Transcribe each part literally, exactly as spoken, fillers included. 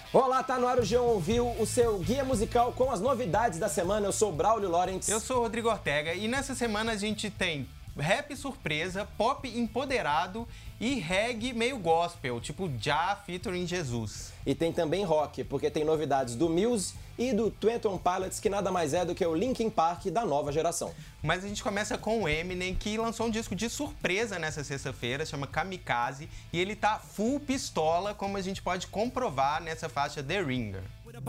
Olá, tá no ar o G um Ouviu, o seu guia musical com as novidades da semana. Eu sou o Braulio Lorentz. Eu sou o Rodrigo Ortega e nessa semana a gente tem rap surpresa, pop empoderado e reggae meio gospel, tipo Jah featuring Jesus. E tem também rock, porque tem novidades do Muse e do Twenty One Pilots, que nada mais é do que o Linkin Park da nova geração. Mas a gente começa com o Eminem, que lançou um disco de surpresa nessa sexta-feira, chama Kamikaze, e ele tá full pistola, como a gente pode comprovar nessa faixa The Ringer.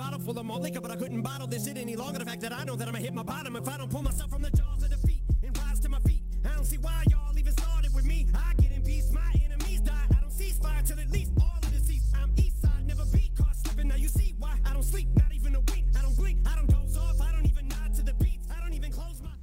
I don't see why y'all even started with me. I get in peace, my enemies die. I don't cease fire till at least all of the seats. I'm east side, never be caught slipping. Now you see why I don't sleep, not even a wink. I don't blink, I don't doze off, I don't even nod to the beats. I don't even close my...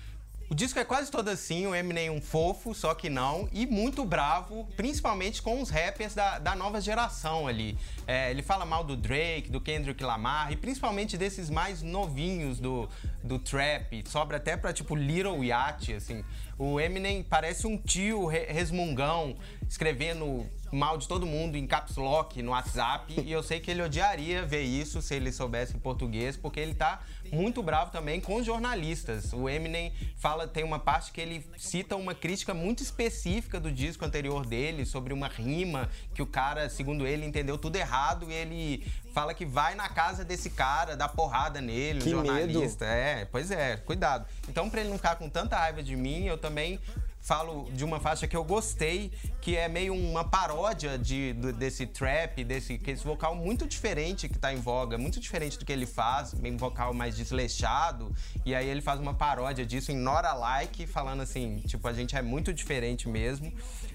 O disco é quase todo assim, o Eminem um fofo, só que não, e muito bravo, principalmente com os rappers da, da nova geração ali. É, ele fala mal do Drake, do Kendrick Lamar, e principalmente desses mais novinhos do, do trap, sobra até pra tipo Little Yachty, assim. O Eminem parece um tio re resmungão, escrevendo mal de todo mundo em caps lock no WhatsApp, e eu sei que ele odiaria ver isso se ele soubesse português, porque ele tá muito bravo também com os jornalistas. O Eminem fala, tem uma parte que ele cita uma crítica muito específica do disco anterior dele, sobre uma rima que o cara, segundo ele, entendeu tudo errado, e ele fala que vai na casa desse cara, dá porrada nele, que jornalista. Medo. É, pois é, cuidado. Então, pra ele não ficar com tanta raiva de mim, eu também falo de uma faixa que eu gostei, que é meio uma paródia de, desse trap, desse esse vocal muito diferente que tá em voga, muito diferente do que ele faz, meio um vocal mais desleixado, e aí ele faz uma paródia disso em Not Alike, falando assim, tipo, a gente é muito diferente mesmo.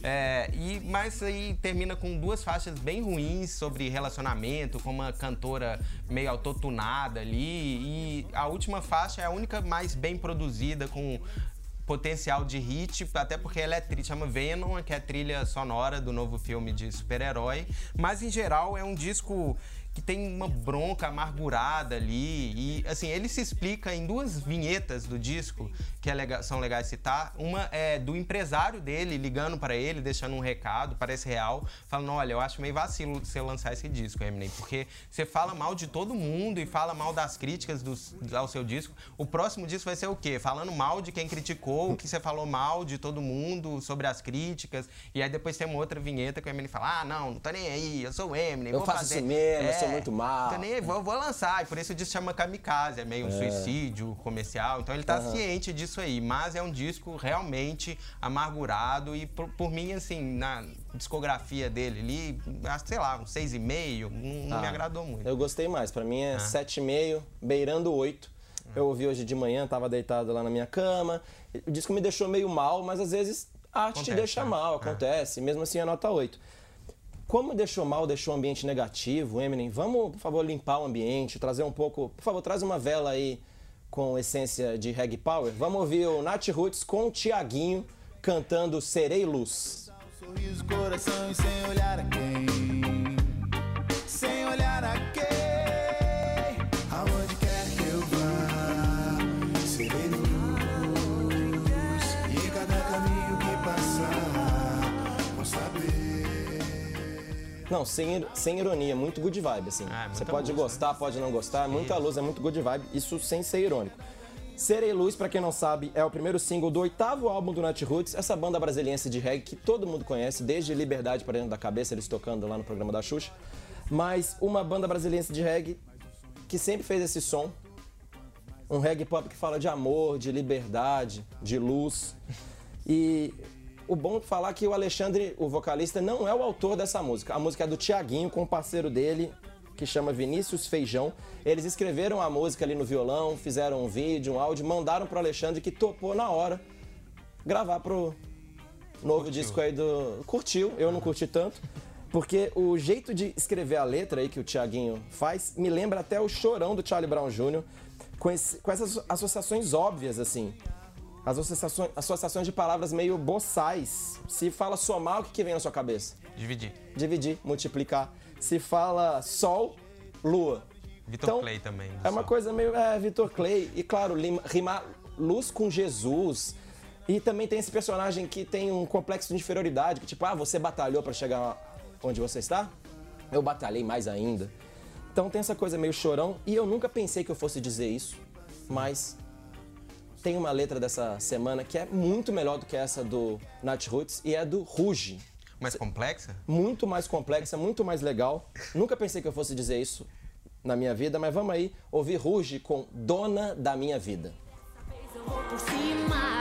É, e, mas aí termina com duas faixas bem ruins sobre relacionamento, com uma cantora meio autotunada ali, e a última faixa é a única mais bem produzida, com potencial de hit, até porque ela é trilha, chama Venom, que é a trilha sonora do novo filme de super-herói, mas em geral é um disco que tem uma bronca amargurada ali, e assim, ele se explica em duas vinhetas do disco, que é legal, são legais citar. Uma é do empresário dele, ligando para ele, deixando um recado, parece real, falando, olha, eu acho meio vacilo você lançar esse disco, Eminem, porque você fala mal de todo mundo e fala mal das críticas dos, ao seu disco. O próximo disco vai ser o quê? Falando mal de quem criticou, que você falou mal de todo mundo, sobre as críticas, e aí depois tem uma outra vinheta que o Eminem fala, ah, não, não tô nem aí, eu sou o Eminem, eu vou faço fazer... isso mesmo, é, eu sou muito mal. Tô nem aí, vou, vou lançar, e por isso o disco chama Kamikaze, é meio um é. suicídio comercial, então ele tá uhum. ciente disso aí, mas é um disco realmente amargurado e por, por mim, assim, na discografia dele ali, sei lá, um seis e meio, não, não ah, me agradou muito. Eu gostei mais, pra mim é ah. sete e meio, beirando oito. Ah. Eu ouvi hoje de manhã, tava deitado lá na minha cama, o disco me deixou meio mal, mas às vezes a arte acontece, te deixa né? mal, acontece, ah. mesmo assim é nota oito. Como deixou mal, deixou o ambiente negativo, Eminem, vamos, por favor, limpar o ambiente, trazer um pouco... Por favor, traz uma vela aí com essência de reggae power. Vamos ouvir o Nath Roots com o Thiaguinho cantando Serei Luz. Sorriso, coração e sem olhar a quem, sem olhar a quem, aonde quer que eu vá, serei luz, e em cada caminho que passar, vou saber. Não, sem, sem ironia, muito good vibe, assim. Ah, você pode luz, gostar, né? Pode não gostar, muita luz, é muito good vibe, isso sem ser irônico. Serei Luz, pra quem não sabe, é o primeiro single do oitavo álbum do Nath Roots, essa banda brasiliense de reggae que todo mundo conhece, desde Liberdade pra Dentro da Cabeça, eles tocando lá no programa da Xuxa. Mas uma banda brasiliense de reggae que sempre fez esse som, um reggae pop que fala de amor, de liberdade, de luz. E o bom é falar que o Alexandre, o vocalista, não é o autor dessa música. A música é do Thiaguinho com o parceiro dele, que chama Vinícius Feijão. Eles escreveram a música ali no violão, fizeram um vídeo, um áudio, mandaram pro Alexandre, que topou na hora gravar pro novo Curtiu. disco aí do... Curtiu, eu não curti tanto, porque o jeito de escrever a letra aí que o Thiaguinho faz me lembra até o Chorão do Charlie Brown Júnior, com, esse, com essas associações óbvias, assim. As associações, associações de palavras meio boçais. Se fala somar, o que, que vem na sua cabeça? Dividir. Dividir, multiplicar. Se fala sol, lua. Vitor então, Clay também. É uma sol. coisa meio... É, Vitor Clay. E claro, rimar luz com Jesus. E também tem esse personagem que tem um complexo de inferioridade. Que tipo, ah, você batalhou pra chegar onde você está? Eu batalhei mais ainda. Então tem essa coisa meio chorão, e eu nunca pensei que eu fosse dizer isso, mas tem uma letra dessa semana que é muito melhor do que essa do Nat Roots, e é do Ruge. Mais complexa? Muito mais complexa, muito mais legal. Nunca pensei que eu fosse dizer isso na minha vida, mas vamos aí ouvir Ruge com Dona da Minha Vida. Eu vou por cima.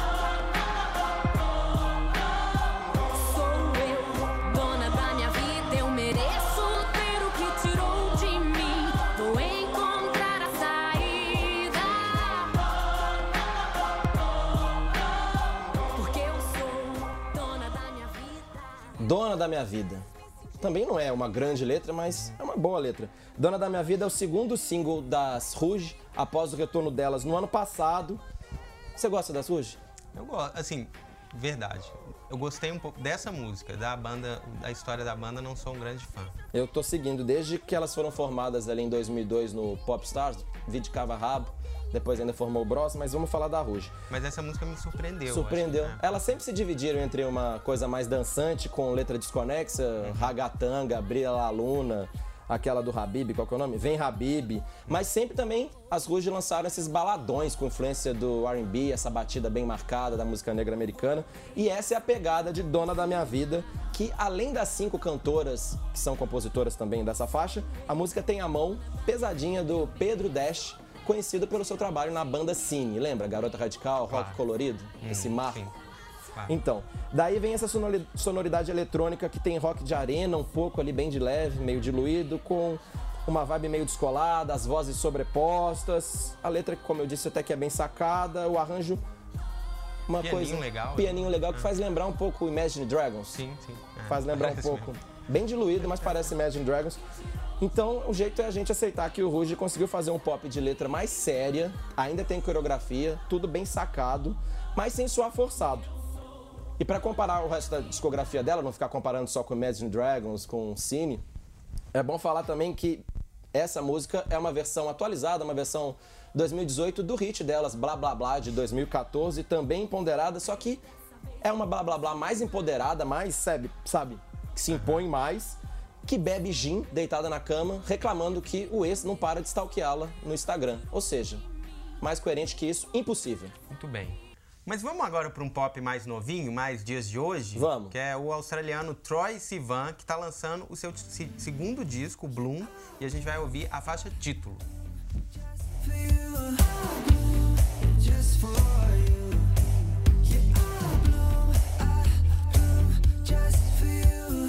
Dona da Minha Vida. Também não é uma grande letra, mas é uma boa letra. Dona da Minha Vida é o segundo single das Ruge, após o retorno delas no ano passado. Você gosta das Ruge? Eu gosto, assim, verdade. Eu gostei um pouco dessa música, da banda, da história da banda, não sou um grande fã. Eu tô seguindo desde que elas foram formadas ali em dois mil e dois no Popstars, vídeo Cava Rabo. Depois ainda formou o Bros, mas vamos falar da Ruge. Mas essa música me surpreendeu. Surpreendeu. Acho, né? Elas sempre se dividiram entre uma coisa mais dançante, com letra desconexa, uhum. Ragatanga, Brilha La Luna, aquela do Habib, qual que é o nome? Vem Habib. Mas sempre também as Ruge lançaram esses baladões com influência do R and B, essa batida bem marcada da música negra americana. E essa é a pegada de Dona da Minha Vida, que além das cinco cantoras, que são compositoras também dessa faixa, a música tem a mão pesadinha do Pedro Dash, conhecido pelo seu trabalho na banda Cine, lembra? Garota Radical, Rock Claro. Colorido, Hum, esse marco. sim. Claro. Então, daí vem essa sonori- sonoridade eletrônica que tem rock de arena, um pouco ali bem de leve, meio diluído, com uma vibe meio descolada, as vozes sobrepostas, a letra, como eu disse, até que é bem sacada, o arranjo, uma Pianinho coisa... legal. Pianinho legal, que faz lembrar um pouco o Imagine Dragons. Sim, sim. É, Faz lembrar um parece pouco. mesmo. Bem diluído, mas parece Imagine Dragons. Então, o jeito é a gente aceitar que o Ruge conseguiu fazer um pop de letra mais séria, ainda tem coreografia, tudo bem sacado, mas sem soar forçado. E para comparar o resto da discografia dela, não ficar comparando só com Imagine Dragons, com Cine, é bom falar também que essa música é uma versão atualizada, uma versão dois mil e dezoito do hit delas, Blá Blá Blá, de dois mil e quatorze, também empoderada, só que é uma Blá Blá Blá mais empoderada, mais, sabe, sabe que se impõe mais, que bebe gin deitada na cama, reclamando que o ex não para de stalkeá-la no Instagram. Ou seja, mais coerente que isso, impossível. Muito bem. Mas vamos agora para um pop mais novinho, mais dias de hoje? Vamos. Que é o australiano Troye Sivan, que está lançando o seu se- segundo disco, Bloom, e a gente vai ouvir a faixa título. Just for you. Yeah, I bloom, I bloom just for you.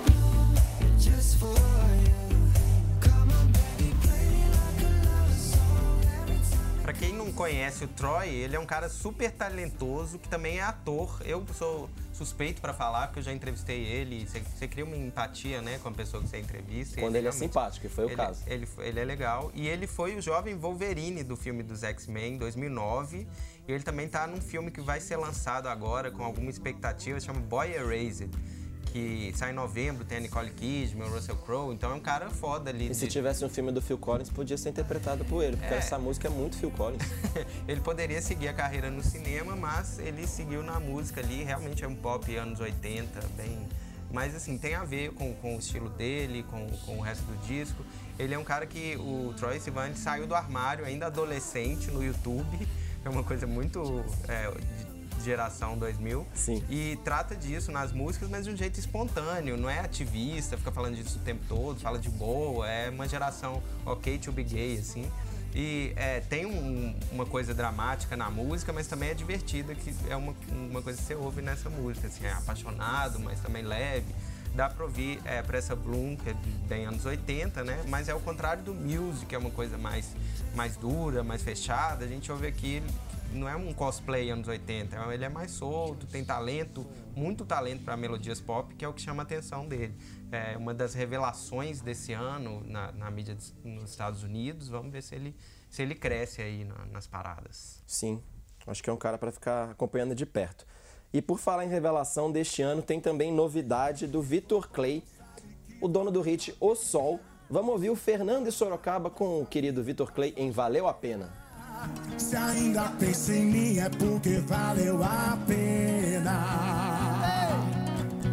Just for you. Come on, baby, play me like a love song every time. Pra quem não conhece o Troye, ele é um cara super talentoso, que também é ator. Eu sou suspeito pra falar, porque eu já entrevistei ele. Você, você cria uma empatia, né, com a pessoa que você entrevista. Quando ele é realmente- simpático, que foi o ele, caso. Ele, ele é legal. E ele foi o jovem Wolverine do filme dos X-Men, em dois mil e nove. E ele também tá num filme que vai ser lançado agora, com alguma expectativa, chama Boy Erased, que sai em novembro, tem a Nicole Kidman, o Russell Crowe. Então é um cara foda ali. E se de- tivesse um filme do Phil Collins, podia ser interpretado por ele, porque É. essa música é muito Phil Collins. Ele poderia seguir a carreira no cinema, mas ele seguiu na música ali. Realmente é um pop anos oitenta, bem... Mas, assim, tem a ver com, com o estilo dele, com, com o resto do disco. Ele é um cara que, o Troye Sivan, ele saiu do armário ainda adolescente no YouTube. É uma coisa muito é, de geração dois mil. Sim. E trata disso nas músicas, mas de um jeito espontâneo. Não é ativista, fica falando disso o tempo todo, fala de boa. É uma geração ok to be gay, assim. E é, tem um- uma coisa dramática na música, mas também é divertida, que é uma, uma coisa que você ouve nessa música, assim, é apaixonado, mas também leve. Dá pra ouvir é, pra essa Bloom, que é de- bem anos oitenta, né? Mas é o contrário do Music, que é uma coisa mais, mais dura, mais fechada. A gente ouve aqui, não é um cosplay anos oitenta, ele é mais solto, tem talento, muito talento para melodias pop, que é o que chama a atenção dele. É uma das revelações desse ano na, na mídia dos- nos Estados Unidos. Vamos ver se ele, se ele cresce aí na- nas paradas. Sim, acho que é um cara para ficar acompanhando de perto. E por falar em revelação deste ano, tem também novidade do Vitor Clay, o dono do hit O Sol. Vamos ouvir o Fernando de Sorocaba com o querido Vitor Clay em Valeu a Pena. Se ainda pensa em mim é porque valeu a pena.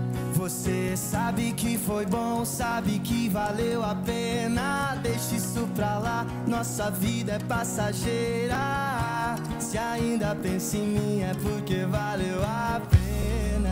você sabe que foi bom, sabe que valeu a pena. Deixa isso pra lá, nossa vida é passageira. Se ainda pensa em mim é porque valeu a pena.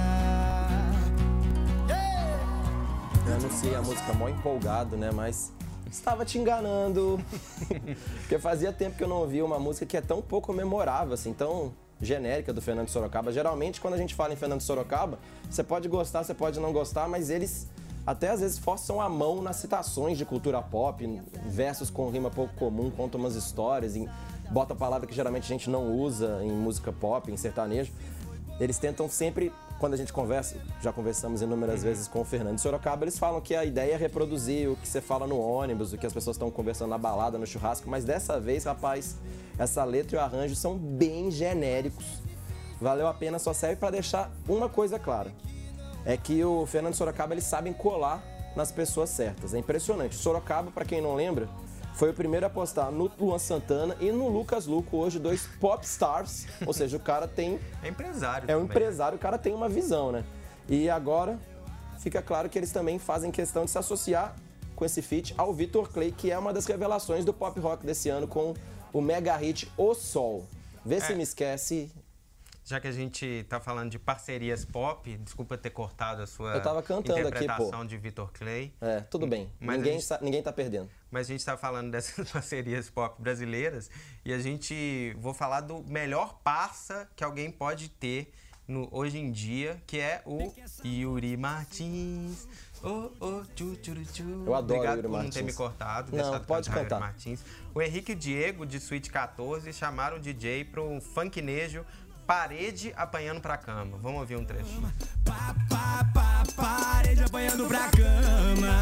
Yeah! Eu anunciei a música mó empolgado, né? Mas estava te enganando. Porque fazia tempo que eu não ouvia uma música que é tão pouco memorável, assim, tão genérica do Fernando de Sorocaba. Geralmente, quando a gente fala em Fernando de Sorocaba, você pode gostar, você pode não gostar, mas eles até às vezes forçam a mão nas citações de cultura pop, versos com rima pouco comum, contam umas histórias, em, bota palavra que geralmente a gente não usa em música pop, em sertanejo. Eles tentam sempre, quando a gente conversa, já conversamos inúmeras vezes com o Fernando de Sorocaba, eles falam que a ideia é reproduzir o que você fala no ônibus, o que as pessoas estão conversando na balada, no churrasco, mas dessa vez, rapaz, essa letra e o arranjo são bem genéricos. Valeu a pena, só serve para deixar uma coisa clara. É que o Fernando de Sorocaba, eles sabem colar nas pessoas certas. É impressionante. Sorocaba, para quem não lembra, foi o primeiro a apostar no Luan Santana e no Lucas Luco, hoje dois pop stars. Ou seja, o cara tem... É empresário É um também. empresário, o cara tem uma visão, né? E agora fica claro que eles também fazem questão de se associar com esse feat ao Vitor Clay, que é uma das revelações do pop rock desse ano com o mega hit O Sol. Vê se É. me esquece. Já que a gente tá falando de parcerias pop, desculpa ter cortado a sua Eu tava cantando aqui, interpretação pô. de Vitor Clay. É, tudo bem. Mas Ninguém, a gente- sa- ninguém tá perdendo. Mas a gente está falando dessas parcerias pop brasileiras e a gente vou falar do melhor parça que alguém pode ter no, hoje em dia, que é o Yuri Martins. Oh, oh, tchu, tchu, tchu. Eu adoro Obrigado Yuri por não ter Martins. me cortado. Não, deixado pode cantar cantar. Yuri Martins. O Henrique e o Diego, de Suite quatorze, chamaram o D J para um funknejo Parede Apanhando Pra Cama. Vamos ouvir um trechinho. Pá, pá, pá, parede apanhando pra cama.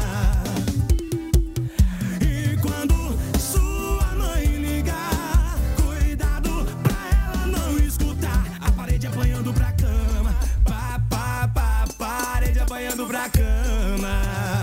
E quando sua mãe ligar, cuidado pra ela não escutar. A parede apanhando pra cama. Pá, pá, pá, parede apanhando pra cama.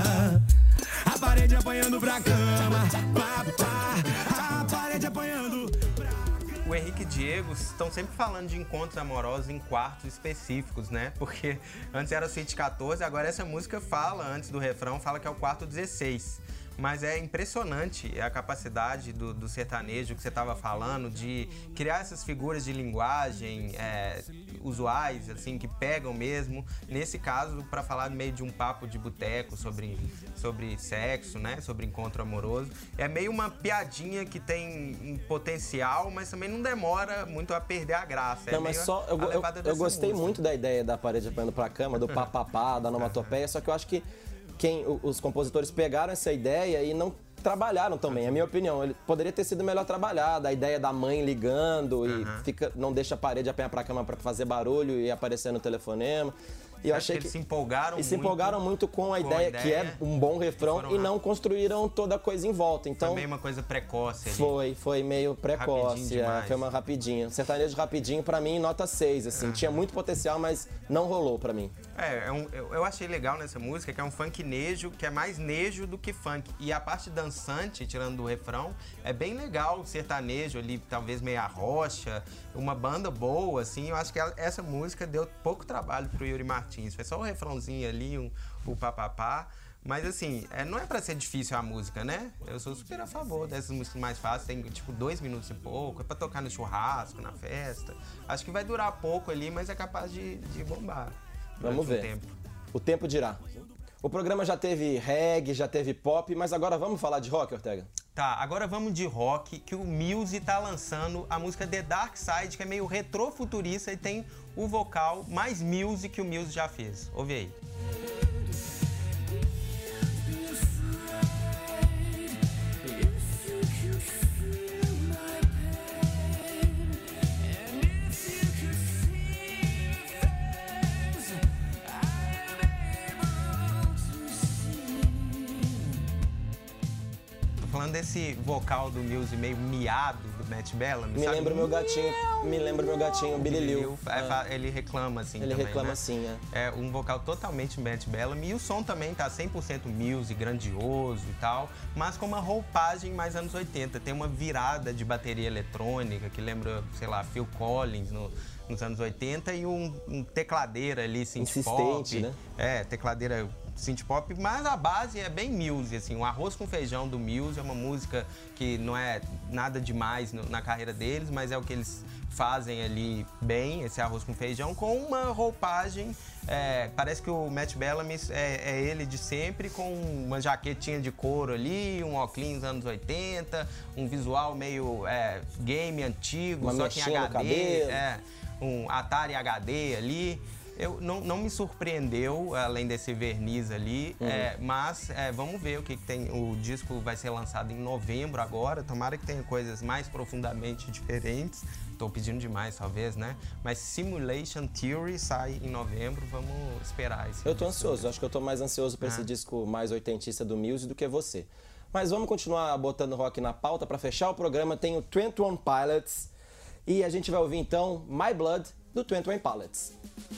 A parede apanhando pra cama. Pá, pá, a parede apanhando pra cama. O Henrique e Diego estão sempre falando de encontros amorosos em quartos específicos, né? Porque antes era Suite quatorze, agora essa música fala, antes do refrão, fala que é o quarto dezesseis. Mas é impressionante a capacidade do, do sertanejo que você estava falando de criar essas figuras de linguagem é, usuais, assim, que pegam mesmo. Nesse caso, para falar meio de um papo de boteco sobre, sobre sexo, né? Sobre encontro amoroso. É meio uma piadinha que tem um potencial, mas também não demora muito a perder a graça. É Não, mas meio só, eu, a eu, levada eu dessa gostei música. muito da ideia da parede apanhando pra cama, do papapá, da onomatopeia, só que eu acho que quem, o- os compositores pegaram essa ideia e não trabalharam também, é a minha opinião. Ele poderia ter sido melhor trabalhado, a ideia da mãe ligando e Aham. fica, não deixa a parede apanhar pra cama pra fazer barulho e aparecer no telefonema. E eu Acho achei que que... eles se empolgaram E se muito empolgaram muito com a ideia, que é um bom refrão, foram e não rápidos. construíram toda a coisa em volta. Então, Também uma coisa precoce ali. foi, foi meio Rapidinho precoce, é, demais. foi uma rapidinha. Sertanejo rapidinho, pra mim, nota seis, assim. Tinha muito potencial, mas não rolou pra mim. É, é um- eu, eu achei legal nessa música que é um funk nejo, que é mais nejo do que funk. E a parte dançante, tirando do refrão, é bem legal o sertanejo ali, talvez meia rocha, uma banda boa, assim. Eu acho que ela- essa música deu pouco trabalho pro Yuri Martins. Foi só o refrãozinho ali, um, o papapá. Mas assim, é, não é pra ser difícil a música, né? Eu sou super a favor dessas músicas mais fáceis, tem tipo dois minutos e pouco, é pra tocar no churrasco, na festa. Acho que vai durar pouco ali, mas é capaz de, de bombar. Vamos durante um ver. tempo. O tempo dirá. O programa já teve reggae, já teve pop, mas agora vamos falar de rock, Ortega? Tá, agora vamos de rock, que o Muse tá lançando a música The Dark Side, que é meio retrofuturista e tem o vocal mais Muse que o Muse já fez. Ouve aí. falando desse vocal do Muse meio miado do Matt Bellamy. Me sabe? lembra meu gatinho, me lembra meu gatinho, Billy Liu. É. Ele reclama assim Ele também, reclama né? assim, é. É um vocal totalmente Matt Bellamy e o som também tá cem por cento Muse, grandioso e tal, mas com uma roupagem mais anos oitenta. Tem uma virada de bateria eletrônica que lembra, sei lá, Phil Collins no, nos anos oitenta e um, um tecladeira ali, synth pop. Né? É, tecladeira synth pop, mas a base é bem Muse, assim, o Arroz com Feijão do Muse é uma música que não é nada demais no, na carreira deles, mas é o que eles fazem ali bem, esse Arroz com Feijão, com uma roupagem, é, parece que o Matt Bellamy é, é ele de sempre, com uma jaquetinha de couro ali, um óculos anos oitenta, um visual meio é, game antigo, uma só que em H D, cabelo. é, um Atari H D ali. Eu, não, não me surpreendeu, além desse verniz ali, uhum. é, mas é, vamos ver o que, que tem. O disco vai ser lançado em novembro agora, tomara que tenha coisas mais profundamente diferentes. Estou pedindo demais, talvez, né? Mas Simulation Theory sai em novembro, vamos esperar esse Eu tô disco. ansioso, acho que eu tô mais ansioso para ah. esse disco mais oitentista do Muse do que você. Mas vamos continuar botando rock na pauta. Para fechar o programa tem o twenty one Pilots e a gente vai ouvir então My Blood do twenty one Pilots.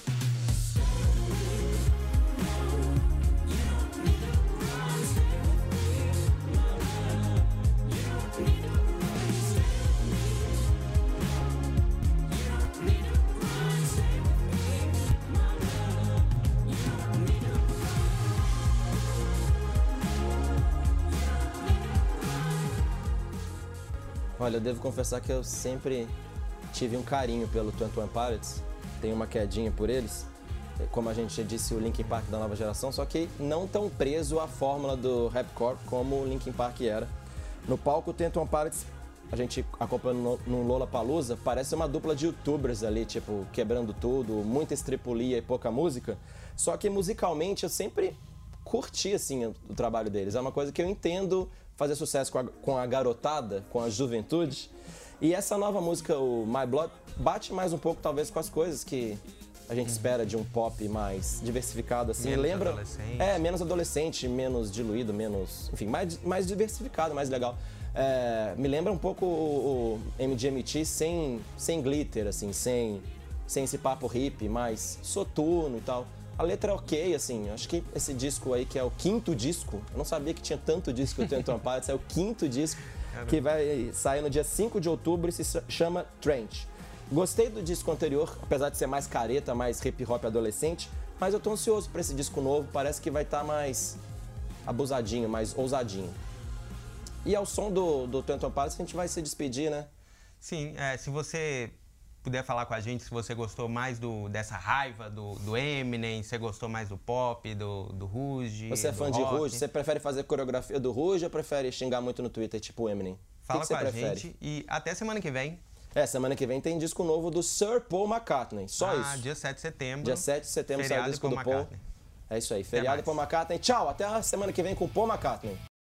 Olha, eu devo confessar que eu sempre tive um carinho pelo twenty one Pilots, tenho uma quedinha por eles, como a gente já disse, o Linkin Park da nova geração, só que não tão preso à fórmula do rapcore como o Linkin Park era. No palco, o twenty one Pilots, a gente acompanhando no Lollapalooza, parece uma dupla de youtubers ali, tipo, quebrando tudo, muita estripulia e pouca música, só que musicalmente eu sempre curti, assim, o, o trabalho deles. É uma coisa que eu entendo fazer sucesso com a, com a garotada, com a juventude. E essa nova música, o My Blood, bate mais um pouco, talvez, com as coisas que a gente espera de um pop mais diversificado, assim. Menos Lembra, adolescente. É, menos adolescente, menos diluído, menos... Enfim, mais, mais diversificado, mais legal. É, me lembra um pouco o, o M G M T sem, sem glitter, assim, sem, sem esse papo hippie, mais soturno e tal. A letra é ok, assim, acho que esse disco aí, que é o quinto disco, eu não sabia que tinha tanto disco do twenty one Pilots, é o quinto disco, que vai sair no dia cinco de outubro e se chama Trench. Gostei do disco anterior, apesar de ser mais careta, mais hip hop adolescente, mas eu tô ansioso pra esse disco novo, parece que vai estar mais abusadinho, mais ousadinho. E ao som do, do twenty one Pilots a gente vai se despedir, né? Sim, é, se você puder falar com a gente se você gostou mais do, dessa raiva do, do Eminem, se você gostou mais do pop, do, do Ruge. Você é fã de Ruge? Você prefere fazer coreografia do Ruge ou prefere xingar muito no Twitter, tipo o Eminem? Fala que que com você a prefere? gente e até semana que vem. É, semana que vem tem disco novo do Sir Paul McCartney, só ah, isso. Ah, dia sete de setembro. Dia sete de setembro sai o disco do Paul. É isso aí, feriado Paul McCartney. Tchau, até a semana que vem com Paul McCartney.